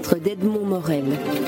rencontre d'Edmond Morel.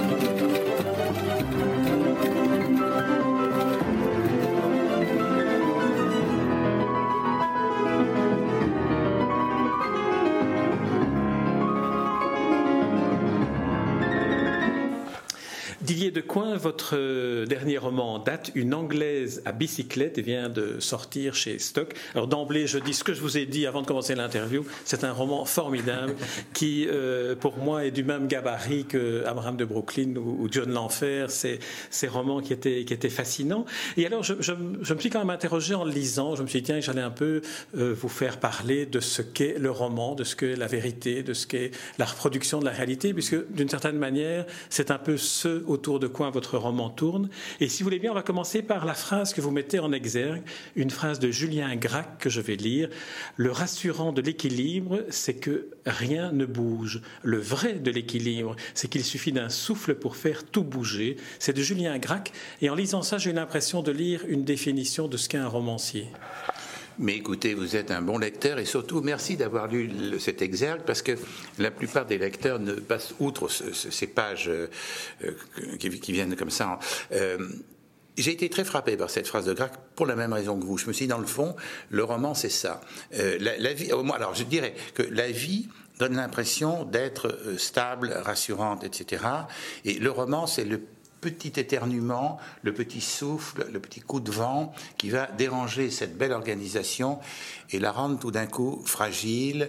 Didier Decoing, votre dernier roman en date, Une Anglaise à bicyclette, vient de sortir chez Stock. Alors d'emblée, je dis ce que je vous ai dit avant de commencer l'interview, c'est un roman formidable qui, pour moi, est du même gabarit que Abraham de Brooklyn ou John l'Enfer, ces romans qui étaient fascinants. Et alors, je me suis quand même interrogé en le lisant, je me suis dit, tiens, j'allais un peu vous faire parler de ce qu'est le roman, de ce qu'est la vérité, de ce qu'est la reproduction de la réalité, puisque d'une certaine manière, c'est un peu ce autour de quoi votre roman tourne. Et si vous voulez bien, on va commencer par la phrase que vous mettez en exergue, une phrase de Julien Gracq que je vais lire. Le rassurant de l'équilibre, c'est que rien ne bouge. Le vrai de l'équilibre, c'est qu'il suffit d'un souffle pour faire tout bouger. C'est de Julien Gracq. Et en lisant ça, j'ai eu l'impression de lire une définition de ce qu'est un romancier. Mais écoutez, vous êtes un bon lecteur et surtout merci d'avoir lu cet exergue parce que la plupart des lecteurs ne passent outre ces pages qui viennent comme ça. J'ai été très frappé par cette phrase de Gracq pour la même raison que vous. Je me suis dit, dans le fond, le roman, c'est ça. La vie, alors je dirais que la vie donne l'impression d'être stable, rassurante, etc. Et le roman, c'est le petit éternuement, le petit souffle, le petit coup de vent qui va déranger cette belle organisation et la rendre tout d'un coup fragile.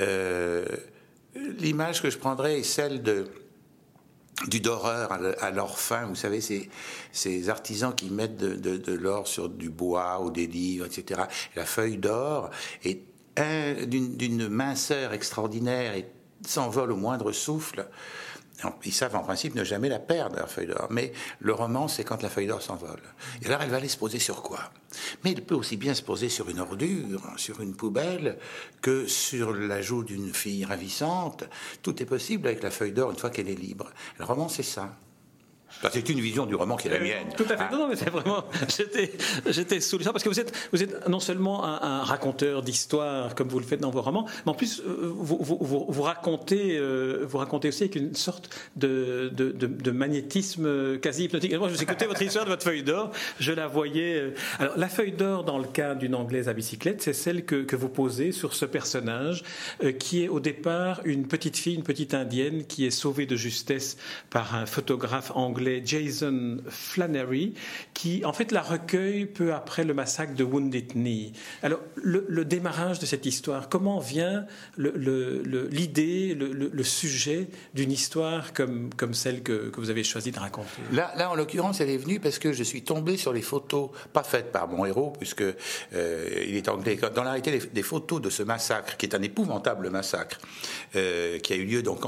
L'image que je prendrais est celle du doreur à l'or fin, vous savez, ces artisans qui mettent de l'or sur du bois ou des livres, etc. Et la feuille d'or est d'une minceur extraordinaire et s'envole au moindre souffle. Ils savent en principe ne jamais la perdre, la feuille d'or. Mais le roman, c'est quand la feuille d'or s'envole. Et alors, elle va aller se poser sur quoi ? Mais elle peut aussi bien se poser sur une ordure, sur une poubelle, que sur la joue d'une fille ravissante. Tout est possible avec la feuille d'or une fois qu'elle est libre. Le roman, c'est ça. C'est une vision du roman qui est la mienne. Tout à fait. Non, mais c'est vraiment. J'étais sous le sens parce que vous êtes non seulement un raconteur d'histoire comme vous le faites dans vos romans, mais en plus vous racontez aussi avec une sorte de magnétisme quasi hypnotique. Et moi, je vous écoutais votre histoire de votre feuille d'or, je la voyais. Alors, la feuille d'or dans le cas d'une Anglaise à bicyclette, c'est celle que vous posez sur ce personnage qui est au départ une petite fille, une petite indienne qui est sauvée de justesse par un photographe anglais, Jason Flannery, qui en fait la recueille peu après le massacre de Wounded Knee. Alors le démarrage de cette histoire, comment vient l'idée, le sujet d'une histoire comme celle que vous avez choisi de raconter ? Là, en l'occurrence, elle est venue parce que je suis tombé sur les photos, pas faites par mon héros, puisque il est anglais. Dans la réalité, des photos de ce massacre, qui est un épouvantable massacre, qui a eu lieu donc en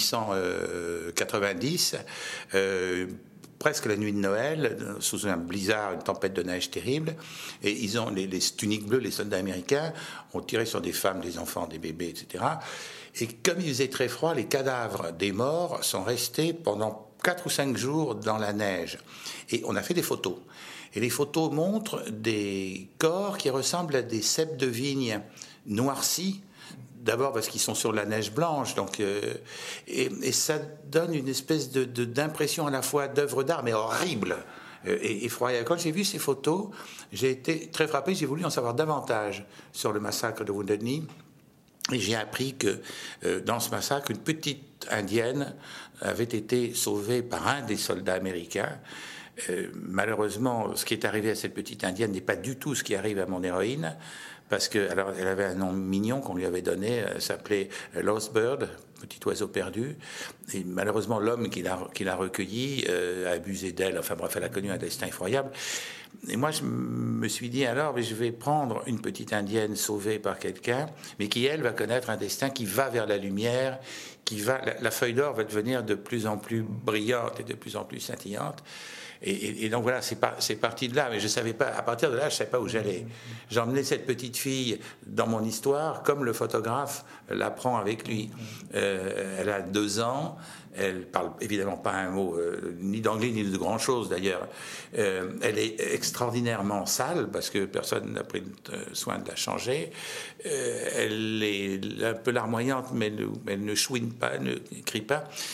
1890, presque la nuit de Noël, sous un blizzard, une tempête de neige terrible, et ils ont les tuniques bleues, les soldats américains ont tiré sur des femmes, des enfants, des bébés, etc. Et comme il faisait très froid, les cadavres des morts sont restés pendant 4 ou 5 jours dans la neige. Et on a fait des photos. Et les photos montrent des corps qui ressemblent à des ceps de vigne noircis. D'abord parce qu'ils sont sur la neige blanche, donc et ça donne une espèce d'impression à la fois d'œuvre d'art, mais horrible et effroyable. Quand j'ai vu ces photos, j'ai été très frappé. J'ai voulu en savoir davantage sur le massacre de Wounded Knee, et j'ai appris que dans ce massacre, une petite indienne avait été sauvée par un des soldats américains. Malheureusement, ce qui est arrivé à cette petite indienne n'est pas du tout ce qui arrive à mon héroïne. Parce que, alors, elle avait un nom mignon qu'on lui avait donné, elle s'appelait Lost Bird, petit oiseau perdu. Et malheureusement, l'homme qui l'a recueilli a abusé d'elle. Enfin bref, elle a connu un destin effroyable. Et moi, je me suis dit, alors, je vais prendre une petite indienne sauvée par quelqu'un, mais qui, elle, va connaître un destin qui va vers la lumière, la feuille d'or va devenir de plus en plus brillante et de plus en plus scintillante. Et donc voilà, c'est parti de là, mais je savais pas, à partir de là, je savais pas où j'allais. J'emmenais cette petite fille dans mon histoire, comme le photographe l'apprend avec lui. Elle a 2 ans, elle parle évidemment pas un mot, ni d'anglais, ni de grand chose d'ailleurs. Elle est extraordinairement sale, parce que personne n'a pris soin de la changer. Elle est un peu larmoyante, mais elle ne chouine pas, elle ne crie pas.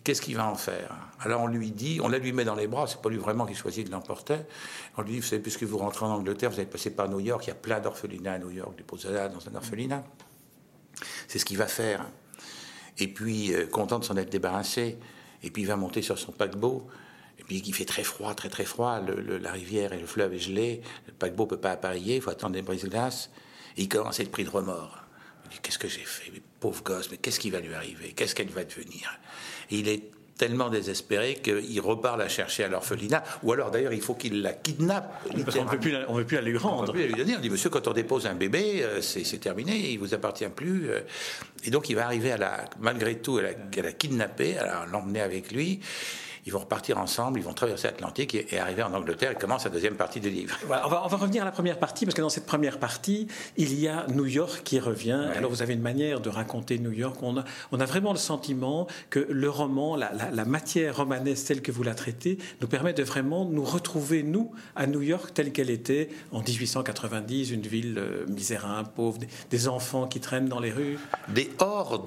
qu'est-ce qu'il va en faire? Alors on la lui met dans les bras, c'est pas lui vraiment qui choisit de l'emporter. On lui dit, vous savez, puisque vous rentrez en Angleterre, vous allez passer par New York, il y a plein d'orphelinats à New York, déposez-la dans un orphelinat. C'est ce qu'il va faire. Et puis, content de s'en être débarrassé, et puis il va monter sur son paquebot, et puis il fait très froid, très très froid, la rivière et le fleuve est gelé, le paquebot ne peut pas appareiller, il faut attendre des brise-glaces, et il commence à être pris de remords. Il dit, qu'est-ce que j'ai fait, mais pauvre gosse, mais qu'est-ce qui va lui arriver, qu'est-ce qu'elle va devenir? Et il est tellement désespéré qu'il repart la chercher à l'orphelinat, ou alors d'ailleurs il faut qu'il la kidnappe. Parce qu'on ne veut plus la lui rendre. On ne peut plus la lui donner. On dit, monsieur, quand on dépose un bébé, c'est terminé, il ne vous appartient plus. Et donc il va arriver malgré tout, à la kidnapper, à l'emmener avec lui. Ils vont repartir ensemble, ils vont traverser l'Atlantique et arriver en Angleterre. Et commence la deuxième partie du livre. Voilà, on va revenir à la première partie, parce que dans cette première partie, il y a New York qui revient. Ouais. Alors vous avez une manière de raconter New York. On a vraiment le sentiment que le roman, la matière romanesque telle que vous la traitez, nous permet de vraiment nous retrouver, nous, à New York telle qu'elle était en 1890, une ville misérable, pauvre, des enfants qui traînent dans les rues. Des hordes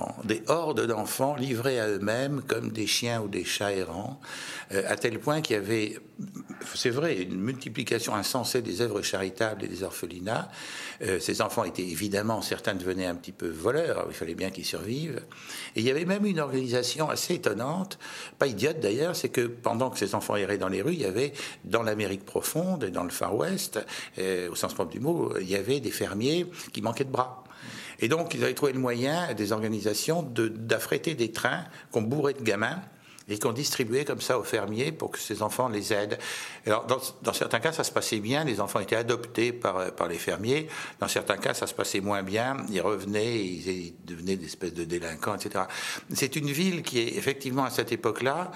d'enfants livrés à eux-mêmes comme des chiens ou des chats errants, à tel point qu'il y avait, c'est vrai, une multiplication insensée des œuvres charitables et des orphelinats. Ces enfants étaient évidemment, certains devenaient un petit peu voleurs, il fallait bien qu'ils survivent. Et il y avait même une organisation assez étonnante, pas idiote d'ailleurs, c'est que pendant que ces enfants erraient dans les rues, il y avait dans l'Amérique profonde et dans le Far West, au sens propre du mot, il y avait des fermiers qui manquaient de bras. Et donc ils avaient trouvé le moyen, des organisations, d'affréter des trains qu'on bourrait de gamins et qu'on distribuait comme ça aux fermiers pour que ces enfants les aident. Alors, dans certains cas, ça se passait bien, les enfants étaient adoptés par les fermiers. Dans certains cas, ça se passait moins bien, ils revenaient, ils devenaient des espèces de délinquants, etc. C'est une ville qui est effectivement à cette époque-là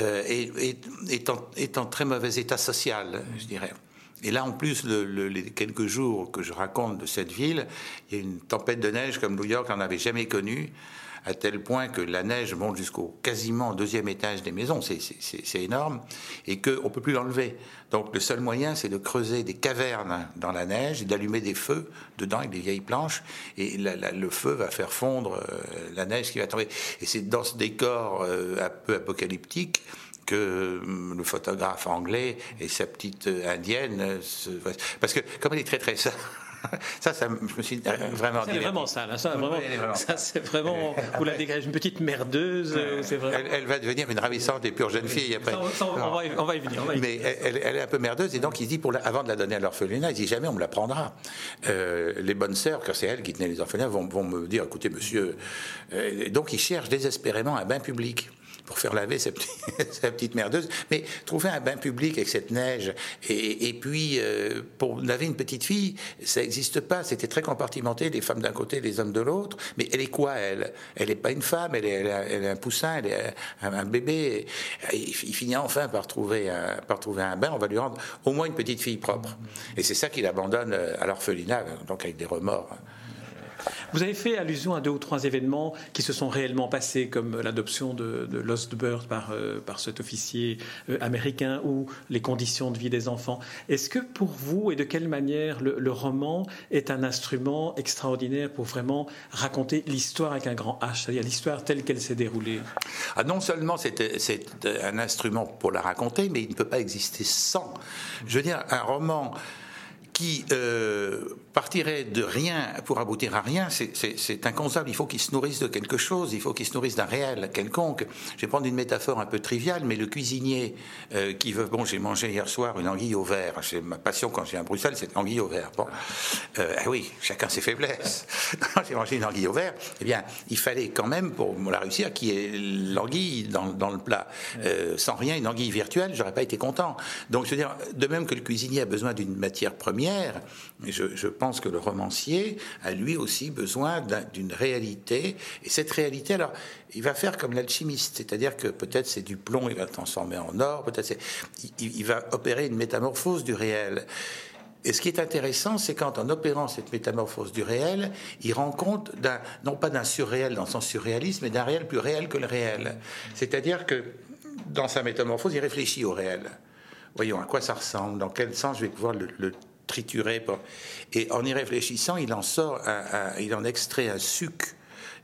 est en très mauvais état social, je dirais. Et là, en plus, les quelques jours que je raconte de cette ville, il y a une tempête de neige comme New York n'en avait jamais connue, à tel point que la neige monte jusqu'au quasiment deuxième étage des maisons, c'est énorme, et qu'on ne peut plus l'enlever. Donc le seul moyen, c'est de creuser des cavernes dans la neige et d'allumer des feux dedans avec des vieilles planches, et le feu va faire fondre la neige qui va tomber. Et c'est dans ce décor un peu apocalyptique que le photographe anglais et sa petite indienne, parce que comme elle est très très sage, je me suis vraiment diverti. C'est vraiment ça, là, ça c'est vraiment, vous la dégagez, une petite merdeuse. C'est vraiment... elle va devenir une ravissante et pure jeune fille après. On va y venir. Mais elle est un peu merdeuse, et donc il dit, avant de la donner à l'orphelinat, il dit, jamais on me la prendra. Les bonnes sœurs, car c'est elles qui tenaient les orphelinats, vont me dire, écoutez monsieur, donc il cherche désespérément un bain public pour faire laver sa petite merdeuse, mais trouver un bain public avec cette neige, et puis pour laver une petite fille, ça n'existe pas, c'était très compartimenté, les femmes d'un côté, les hommes de l'autre, mais elle est quoi, elle n'est pas une femme, elle est un poussin, elle est un bébé, il finit enfin par trouver un bain, on va lui rendre au moins une petite fille propre, et c'est ça qu'il abandonne à l'orphelinat, donc avec des remords. Vous avez fait allusion à 2 ou 3 événements qui se sont réellement passés, comme l'adoption de Lost Bird par cet officier américain, ou les conditions de vie des enfants. Est-ce que pour vous, et de quelle manière, le roman est un instrument extraordinaire pour vraiment raconter l'histoire avec un grand H, c'est-à-dire l'histoire telle qu'elle s'est déroulée? Non seulement c'est un instrument pour la raconter, mais il ne peut pas exister sans. Je veux dire, un roman qui partirait de rien pour aboutir à rien, c'est inconcevable. Il faut qu'il se nourrisse de quelque chose, il faut qu'il se nourrisse d'un réel quelconque. Je vais prendre une métaphore un peu triviale, mais le cuisinier qui veut... Bon, j'ai mangé hier soir une anguille au vert. Ma passion quand je viens à Bruxelles, c'est l'anguille au vert. Bon, oui, chacun ses faiblesses. J'ai mangé une anguille au vert. Eh bien, il fallait quand même, pour la réussir, qu'il y ait l'anguille dans le plat. Sans rien, une anguille virtuelle, j'aurais pas été content. Donc, je veux dire, de même que le cuisinier a besoin d'une matière première, je pense que le romancier a lui aussi besoin d'une réalité, et cette réalité, alors il va faire comme l'alchimiste, c'est-à-dire que peut-être c'est du plomb, il va le transformer en or, peut-être il va opérer une métamorphose du réel. Et ce qui est intéressant, c'est quand, en opérant cette métamorphose du réel, il rend compte non pas d'un surréel dans son surréalisme, mais d'un réel plus réel que le réel. C'est-à-dire que dans sa métamorphose, il réfléchit au réel. Voyons à quoi ça ressemble, dans quel sens je vais pouvoir le triturer. Et en y réfléchissant, il en extrait un suc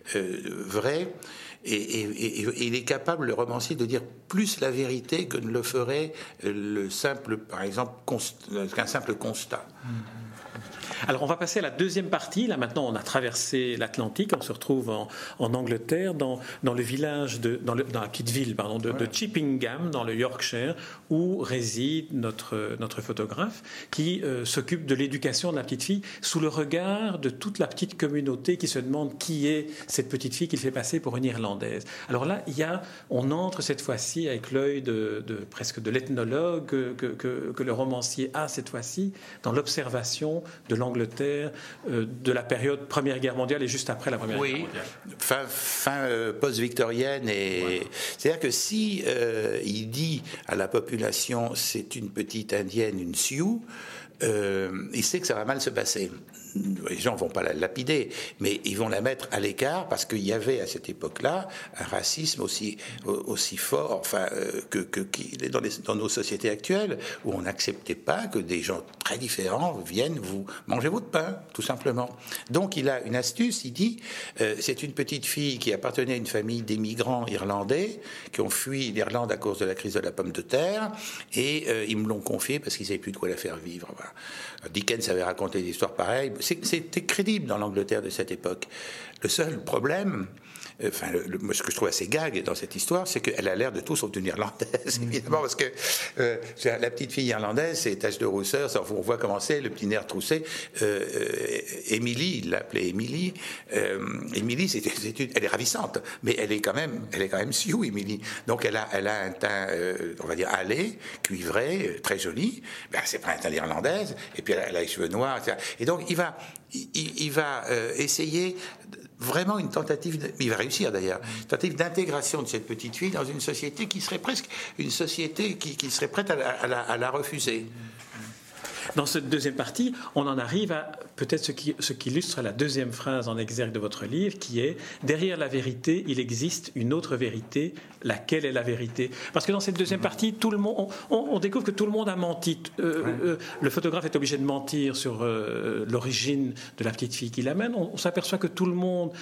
vraie. Et il est capable, le romancier, de dire plus la vérité que ne le ferait par exemple, qu'un simple constat. Alors on va passer à la deuxième partie. Là maintenant on a traversé l'Atlantique, on se retrouve en Angleterre, dans le village dans la petite ville de Chippingham, dans le Yorkshire, où réside notre photographe, qui s'occupe de l'éducation de la petite fille sous le regard de toute la petite communauté qui se demande qui est cette petite fille qu'il fait passer pour une Irlandaise. Alors là on entre cette fois-ci avec l'œil presque de l'ethnologue que le romancier a cette fois-ci dans l'observation de l'Angleterre, de la période Première Guerre mondiale et juste après la Première Guerre mondiale. Fin post-victorienne. C'est-à-dire que si il dit à la population c'est une petite indienne, une Sioux, il sait que ça va mal se passer. Les gens ne vont pas la lapider, mais ils vont la mettre à l'écart parce qu'il y avait à cette époque-là un racisme aussi fort, qu'il est dans nos sociétés actuelles, où on n'acceptait pas que des gens très différents viennent vous manger votre pain, tout simplement. Donc il a une astuce, il dit c'est une petite fille qui appartenait à une famille d'émigrants irlandais qui ont fui l'Irlande à cause de la crise de la pomme de terre, et ils me l'ont confiée parce qu'ils n'avaient plus de quoi la faire vivre. Voilà. Dickens avait raconté des histoires pareilles. C'était crédible dans l'Angleterre de cette époque. Le seul problème, ce que je trouve assez gag dans cette histoire, c'est qu'elle a l'air de tout sauf une Irlandaise, évidemment, parce que la petite fille irlandaise, c'est tache de rousseur, on voit comment c'est, le petit nerf troussé. Émilie, il l'appelait Émilie. Émilie, elle est ravissante, mais elle est quand même Sioux, Émilie. Donc elle a un teint, on va dire, hâlé, cuivré, très joli. C'est pas un teint d'Irlandaise. Et puis elle a les cheveux noirs, etc. Et donc il va essayer vraiment une tentative, il va réussir d'ailleurs, une tentative d'intégration de cette petite fille dans une société qui serait presque une société qui serait prête à la refuser. Dans cette deuxième partie, on en arrive à peut-être ce qui illustre la deuxième phrase en exergue de votre livre, qui est « Derrière la vérité, il existe une autre vérité. Laquelle est la vérité ?» Parce que dans cette deuxième partie, tout le monde, on découvre que tout le monde a menti. Le photographe est obligé de mentir sur l'origine de la petite fille qu'il amène. On s'aperçoit que tout le monde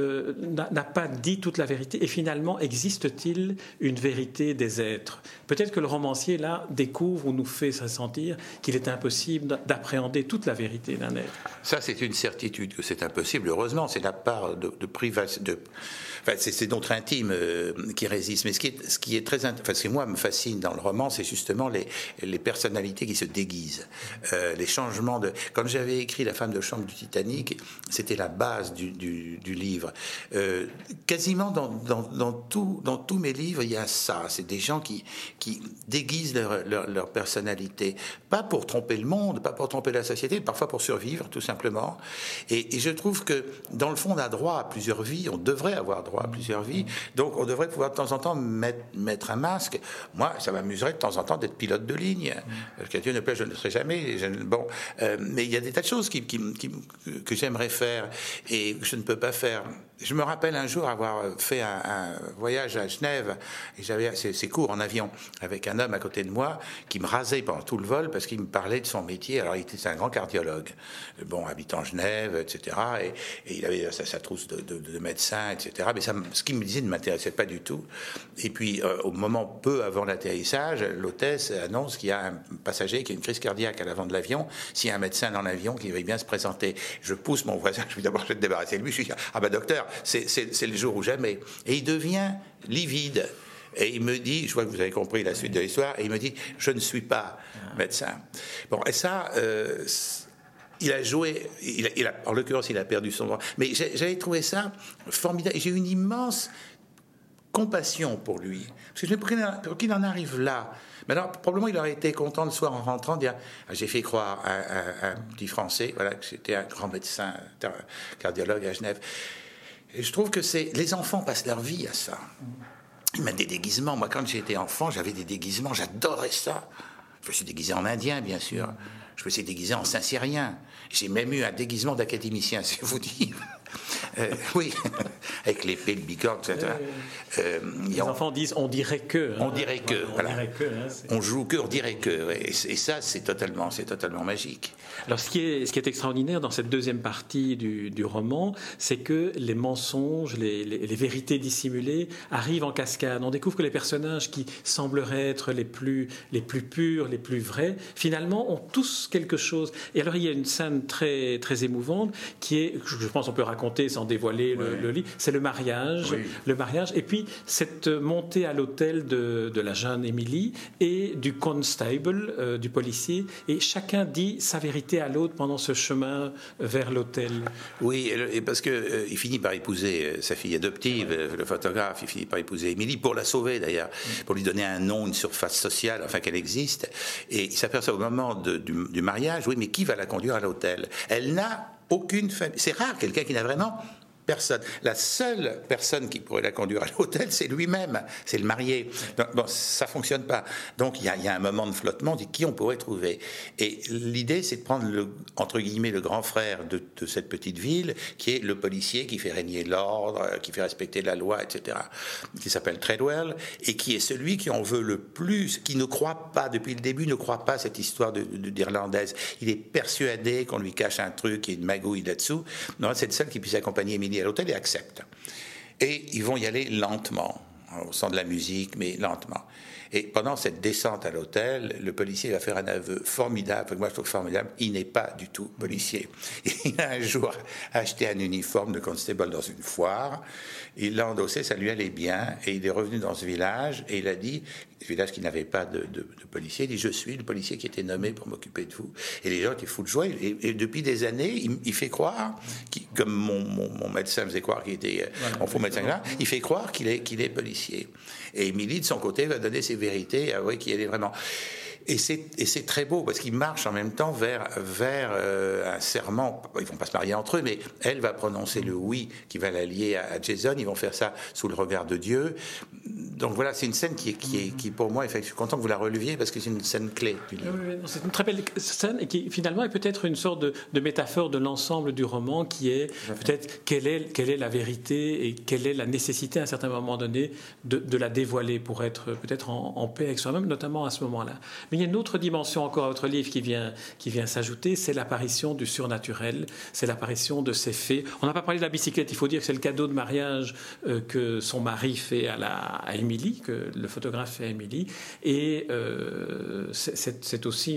n'a pas dit toute la vérité. Et finalement, existe-t-il une vérité des êtres ? Peut-être que le romancier, là, découvre ou nous fait sentir qu'il est impossible d'appréhender toute la vérité d'un être. Ça, c'est une certitude que c'est impossible. Heureusement, c'est la part de privacité. C'est notre intime qui résiste. Mais ce qui est très, ce qui moi me fascine dans le roman, c'est justement les personnalités qui se déguisent, les changements de. Quand j'avais écrit La femme de chambre du Titanic, c'était la base du livre. Quasiment dans tous mes livres, il y a ça. C'est des gens qui déguisent leur personnalité, pas pour tromper le monde, pas pour tromper la société, parfois pour survivre, tout simplement. Et je trouve que dans le fond, on a droit à plusieurs vies. On devrait avoir droit à plusieurs vies. Donc, on devrait pouvoir de temps en temps mettre un masque. Moi, ça m'amuserait de temps en temps d'être pilote de ligne. Qu'à Dieu ne plaît, je ne le serai jamais. Mais il y a des tas de choses que j'aimerais faire et que je ne peux pas faire. Je me rappelle un jour avoir fait un voyage à Genève, et c'est court en avion, avec un homme à côté de moi qui me rasait pendant tout le vol parce qu'il me parlait de son métier. Alors, c'est un grand cardiologue, habitant Genève, etc. Et il avait sa trousse de médecin, etc. Mais ce qu'il me disait ne m'intéressait pas du tout. Et puis, au moment peu avant l'atterrissage, l'hôtesse annonce qu'il y a un passager qui a une crise cardiaque à l'avant de l'avion. S'il y a un médecin dans l'avion qui veut bien se présenter, je pousse mon voisin, je lui dis d'abord, je vais te débarrasser de lui. Je lui dis, docteur, c'est le jour ou jamais. Et il devient livide. Et il me dit, je vois que vous avez compris la suite de l'histoire, et il me dit, je ne suis pas médecin. Et ça, il a joué, en l'occurrence, il a perdu son droit. Mais j'avais trouvé ça formidable. J'ai eu une immense compassion pour lui. Parce que je me dis, pour qu'il en arrive là. Maintenant, probablement, il aurait été content le soir en rentrant de dire, j'ai fait croire à un petit Français, voilà, que c'était un grand médecin, cardiologue à Genève. Et je trouve que les enfants passent leur vie à ça. Ils mettent des déguisements. Moi, quand j'étais enfant, j'avais des déguisements. J'adorais ça. Je me suis déguisé en indien, bien sûr. Je me suis déguisé en Saint-Cyrien. J'ai même eu un déguisement d'académicien, c'est vous dire. Oui, avec l'épée, le bicorne, etc. Les enfants disent on dirait que. On dirait que, voilà. On dirait que. On joue que, on dirait que. Et ça, c'est totalement magique. Alors, ce qui est extraordinaire dans cette deuxième partie du roman, c'est que les mensonges, les vérités dissimulées arrivent en cascade. On découvre que les personnages qui sembleraient être les plus purs, les plus vrais, finalement, ont tous quelque chose. Et alors, il y a une scène très, très émouvante qui est, je pense qu'on peut raconter sans dévoiler le livre, c'est le mariage. Oui. Le mariage, et puis cette montée à l'hôtel de la jeune Émilie et du constable, du policier, et chacun dit sa vérité à l'autre pendant ce chemin vers l'hôtel. Oui, et parce que il finit par épouser sa fille adoptive, le photographe, il finit par épouser Émilie, pour la sauver d'ailleurs, pour lui donner un nom, une surface sociale, enfin qu'elle existe, et il s'aperçoit au moment du mariage, oui, mais qui va la conduire à l'hôtel? Elle n'a aucune famille. C'est rare quelqu'un qui n'a vraiment personne. La seule personne qui pourrait la conduire à l'hôtel, c'est lui-même, c'est le marié. Donc, bon, ça fonctionne pas. Donc il y a un moment de flottement, on dit qui on pourrait trouver. Et l'idée, c'est de prendre entre guillemets le grand frère de cette petite ville, qui est le policier qui fait régner l'ordre, qui fait respecter la loi, etc. Qui s'appelle Treadwell et qui est celui qui en veut le plus, qui ne croit pas depuis le début, ne croit pas cette histoire d'Irlandaise. Il est persuadé qu'on lui cache un truc, qu'il y a une magouille là-dessous. Non, c'est le seul qui puisse accompagner Émilie à l'hôtel et accepte. Et ils vont y aller lentement, au son de la musique, mais lentement. Et pendant cette descente à l'hôtel, le policier va faire un aveu formidable, que moi je trouve formidable, il n'est pas du tout policier. Il a un jour acheté un uniforme de constable dans une foire, il l'a endossé, ça lui allait bien, et il est revenu dans ce village, et il a dit, ce village qui n'avait pas de policier, il dit, je suis le policier qui était nommé pour m'occuper de vous. Et les gens étaient fous de joie, et depuis des années, il fait croire, comme mon médecin faisait croire qu'il était mon faux médecin là, il fait croire qu'il est policier. Et Émilie, de son côté, va donner ses vérités et avouer qu'il est vraiment... Et c'est très beau, parce qu'ils marchent en même temps vers un serment. Ils vont pas se marier entre eux, mais elle va prononcer le oui qui va la lier à Jason. Ils vont faire ça sous le regard de Dieu. Donc voilà, c'est une scène qui pour moi, je suis content que vous la releviez, parce que c'est une scène clé. Oui, c'est une très belle scène, et qui finalement est peut-être une sorte de métaphore de l'ensemble du roman, qui est peut-être quelle est la vérité et quelle est la nécessité à un certain moment donné de la dévoiler pour être peut-être en paix avec soi-même, notamment à ce moment-là. Mais il y a une autre dimension encore à votre livre qui vient s'ajouter, c'est l'apparition du surnaturel, c'est l'apparition de ces fées. On n'a pas parlé de la bicyclette, il faut dire que c'est le cadeau de mariage que son mari fait à Émilie, que le photographe fait à Émilie, et c'est aussi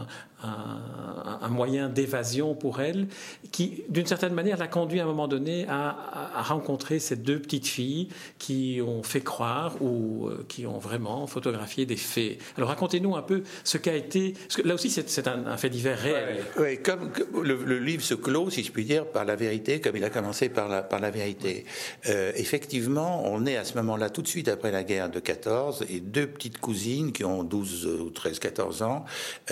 un moyen d'évasion pour elle, qui, d'une certaine manière, l'a conduit à un moment donné à rencontrer ces deux petites filles qui ont fait croire ou qui ont vraiment photographié des faits. Alors racontez-nous un peu ce qu'a été... Parce que là aussi, c'est un fait divers réel. Oui, comme le livre se clôt, si je puis dire, par la vérité, comme il a commencé par la vérité. Effectivement, on est à ce moment-là, tout de suite après la guerre de 14, et deux petites cousines qui ont 12 ou 13, 14 ans,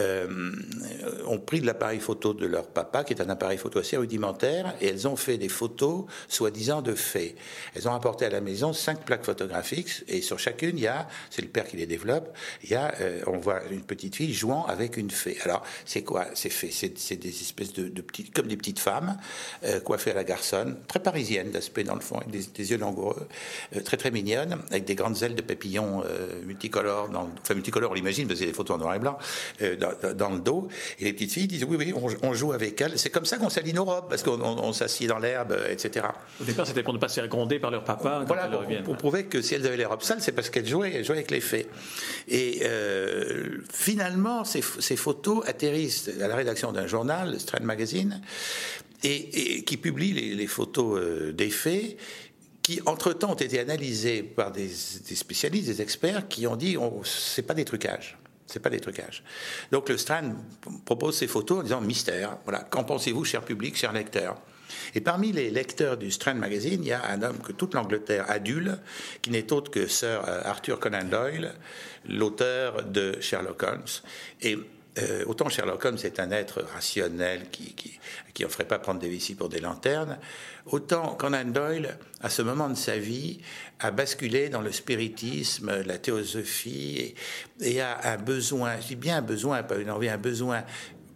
ont pris de l'appareil photo de leur papa, qui est un appareil photo assez rudimentaire, et elles ont fait des photos soi-disant de faits. Elles ont apporté à la maison 5 plaques photographiques, et sur chacune, c'est le père qui les développe, on voit une petite fille jouant avec une fée. Alors, c'est quoi ces fées? C'est des espèces de petites, comme des petites femmes, coiffées à la garçonne, très parisiennes d'aspect dans le fond, avec des yeux langoureux, très très mignonnes, avec des grandes ailes de papillons multicolores, multicolores on l'imagine, parce qu'il y a des photos en noir et blanc, dans le dos. Et les petites filles disent oui, on joue avec elles. C'est comme ça qu'on salit nos robes, parce qu'on s'assied dans l'herbe, etc. Au départ, c'était pour ne pas se faire gronder par leur papa. Voilà, pour prouver que si elles avaient les robes sales, c'est parce qu'elles jouaient avec les fées. Et finalement, ces photos atterrissent à la rédaction d'un journal, le Strand Magazine, et qui publie les photos des fées, qui entre-temps ont été analysées par des spécialistes, des experts, qui ont dit c'est pas des trucages. C'est pas des trucages. Donc le Strand propose ces photos en disant mystère. Voilà. Qu'en pensez-vous, cher public, cher lecteur? Et parmi les lecteurs du Strand Magazine, il y a un homme que toute l'Angleterre adule, qui n'est autre que Sir Arthur Conan Doyle, l'auteur de Sherlock Holmes. Et autant Sherlock Holmes est un être rationnel qui ne ferait pas prendre des vessies pour des lanternes, autant Conan Doyle, à ce moment de sa vie, a basculé dans le spiritisme, la théosophie, et a un besoin, je dis bien un besoin, pas une envie, un besoin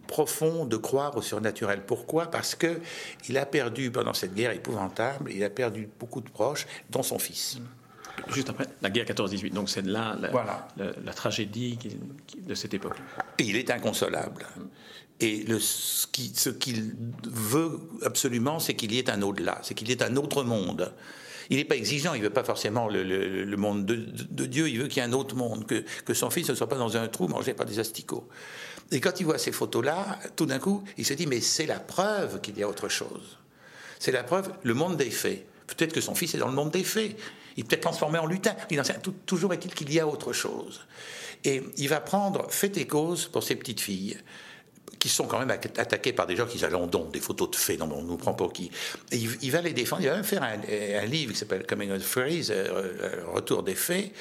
profond de croire au surnaturel. Pourquoi ? Parce qu'il a perdu, pendant cette guerre épouvantable, il a perdu beaucoup de proches, dont son fils. Juste après la guerre 14-18, donc c'est là la tragédie de cette époque. Et il est inconsolable. Et ce qu'il veut absolument, c'est qu'il y ait un au-delà, c'est qu'il y ait un autre monde. Il n'est pas exigeant, il ne veut pas forcément le monde de Dieu, il veut qu'il y ait un autre monde, que son fils ne soit pas dans un trou mangé par des asticots. Et quand il voit ces photos-là, tout d'un coup, il se dit, mais c'est la preuve qu'il y a autre chose. C'est la preuve, le monde des fées. Peut-être que son fils est dans le monde des fées. Il peut être transformé en lutin. Toujours est-il qu'il y a autre chose. Et il va prendre fait et cause pour ces petites filles, qui sont quand même attaquées par des gens qui allons des photos de fées, non, on nous prend pour qui. Et il va les défendre, il va même faire un livre qui s'appelle Coming of Fairies, Retour des fées,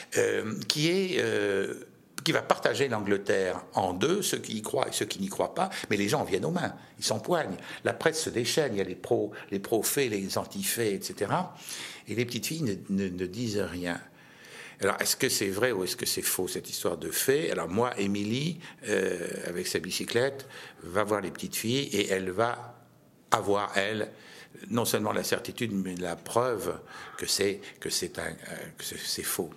qui va partager l'Angleterre en deux, ceux qui y croient et ceux qui n'y croient pas, mais les gens en viennent aux mains, ils s'empoignent, la presse se déchaîne, il y a les pro-fées, les anti-fées, etc. Et les petites filles ne disent rien. Alors, est-ce que c'est vrai ou est-ce que c'est faux, cette histoire de fées ? Alors moi, Émilie, avec sa bicyclette, va voir les petites filles et elle va avoir, elle, non seulement la certitude, mais la preuve que c'est faux.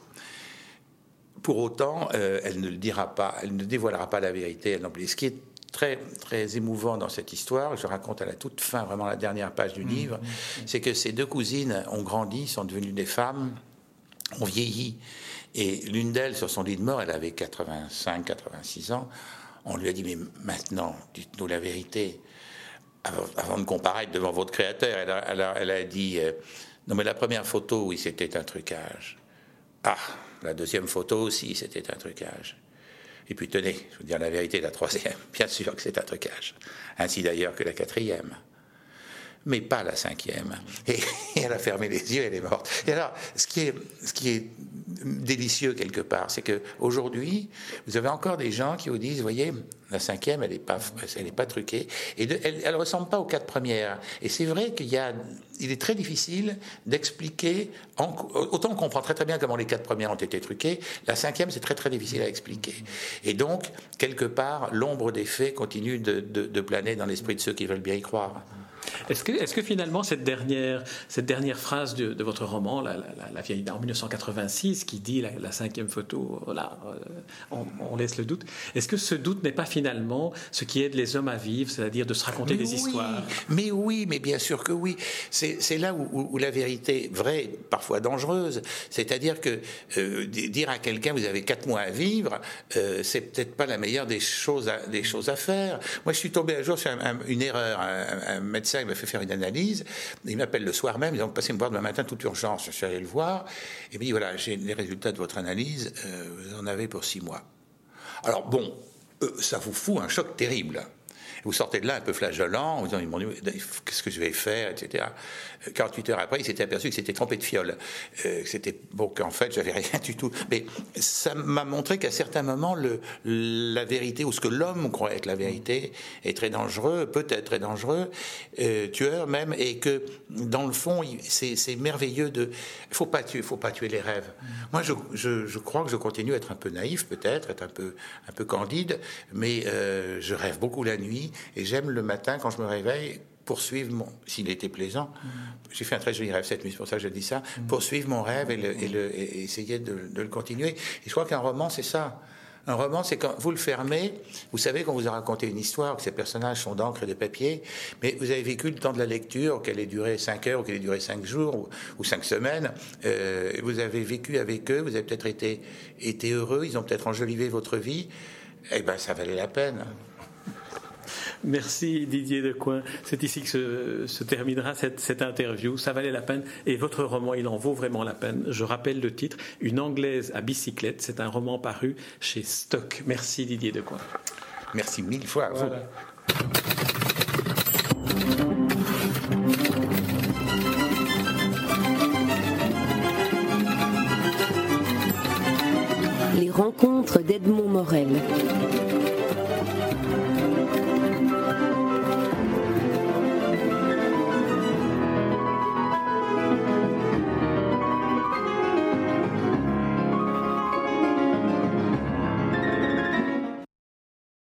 Pour autant, elle ne le dira pas, elle ne dévoilera pas la vérité. Ce qui est très, très émouvant dans cette histoire, je raconte à la toute fin, vraiment la dernière page du livre, c'est que ces deux cousines ont grandi, sont devenues des femmes, ont vieilli. Et l'une d'elles, sur son lit de mort, elle avait 85, 86 ans, on lui a dit, mais maintenant, dites-nous la vérité, avant de comparaître devant votre créateur. Elle a dit, non mais la première photo, oui, c'était un trucage. Ah, la deuxième photo aussi, c'était un trucage. Et puis tenez, je vous dire la vérité, la troisième, bien sûr que c'est un trucage. Ainsi d'ailleurs que la quatrième. Mais pas la cinquième. Et elle a fermé les yeux, elle est morte. Et alors, ce qui est délicieux quelque part, c'est qu'aujourd'hui, vous avez encore des gens qui vous disent, vous voyez, la cinquième, elle n'est pas truquée. Et elle ne ressemble pas aux quatre premières. Et c'est vrai il est très difficile d'expliquer, autant on comprend très très bien comment les quatre premières ont été truquées, la cinquième, c'est très très difficile à expliquer. Et donc, quelque part, l'ombre des faits continue de planer dans l'esprit de ceux qui veulent bien y croire. Est-ce que finalement cette dernière phrase de votre roman, la vieille en 1986, qui dit la cinquième photo, voilà, on laisse le doute. Est-ce que ce doute n'est pas finalement ce qui aide les hommes à vivre, c'est-à-dire de se raconter des histoires ? Mais oui, mais bien sûr que oui. C'est là où la vérité vraie, parfois dangereuse, c'est-à-dire que dire à quelqu'un vous avez 4 mois à vivre, c'est peut-être pas la meilleure des choses à faire. Moi, je suis tombé un jour sur une erreur. Un médecin m'a fait faire une analyse, il m'appelle le soir même, il dit passez me voir demain matin toute urgence. Je suis allé le voir, et il me dit voilà, j'ai les résultats de votre analyse, vous en avez pour 6 mois. Alors bon, ça vous fout un choc terrible. Vous sortez de là un peu flageolant, en vous disant, ils m'ont dit, qu'est-ce que je vais faire, etc. 48 heures après, il s'était aperçu que c'était trompé de fiole. Qu'en fait, j'avais rien du tout. Mais ça m'a montré qu'à certains moments, la vérité, ou ce que l'homme croit être la vérité, est très dangereux, peut être très dangereux, tueur même, et que, dans le fond, c'est merveilleux de... Il faut pas tuer les rêves. Moi, je crois que je continue à être un peu naïf, peut-être, être un peu candide, mais je rêve beaucoup la nuit, et j'aime le matin, quand je me réveille, poursuivre s'il était plaisant, j'ai fait un très joli rêve cette nuit, c'est pour ça que je dis ça, poursuivre mon rêve et essayer de le continuer. Et je crois qu'un roman, c'est ça. Un roman, c'est quand vous le fermez, vous savez qu'on vous a raconté une histoire, que ces personnages sont d'encre et de papier, mais vous avez vécu le temps de la lecture, qu'elle ait duré 5 heures, ou qu'elle ait duré 5 jours, ou 5 semaines, vous avez vécu avec eux, vous avez peut-être été heureux, ils ont peut-être enjolivé votre vie, et ben ça valait la peine. Merci Didier Decoing. C'est ici que se terminera cette interview. Ça valait la peine. Et votre roman, il en vaut vraiment la peine. Je rappelle le titre, Une Anglaise à bicyclette. C'est un roman paru chez Stock. Merci Didier Decoing. Merci 1000 fois à vous. Voilà. Les rencontres d'Edmond Morel.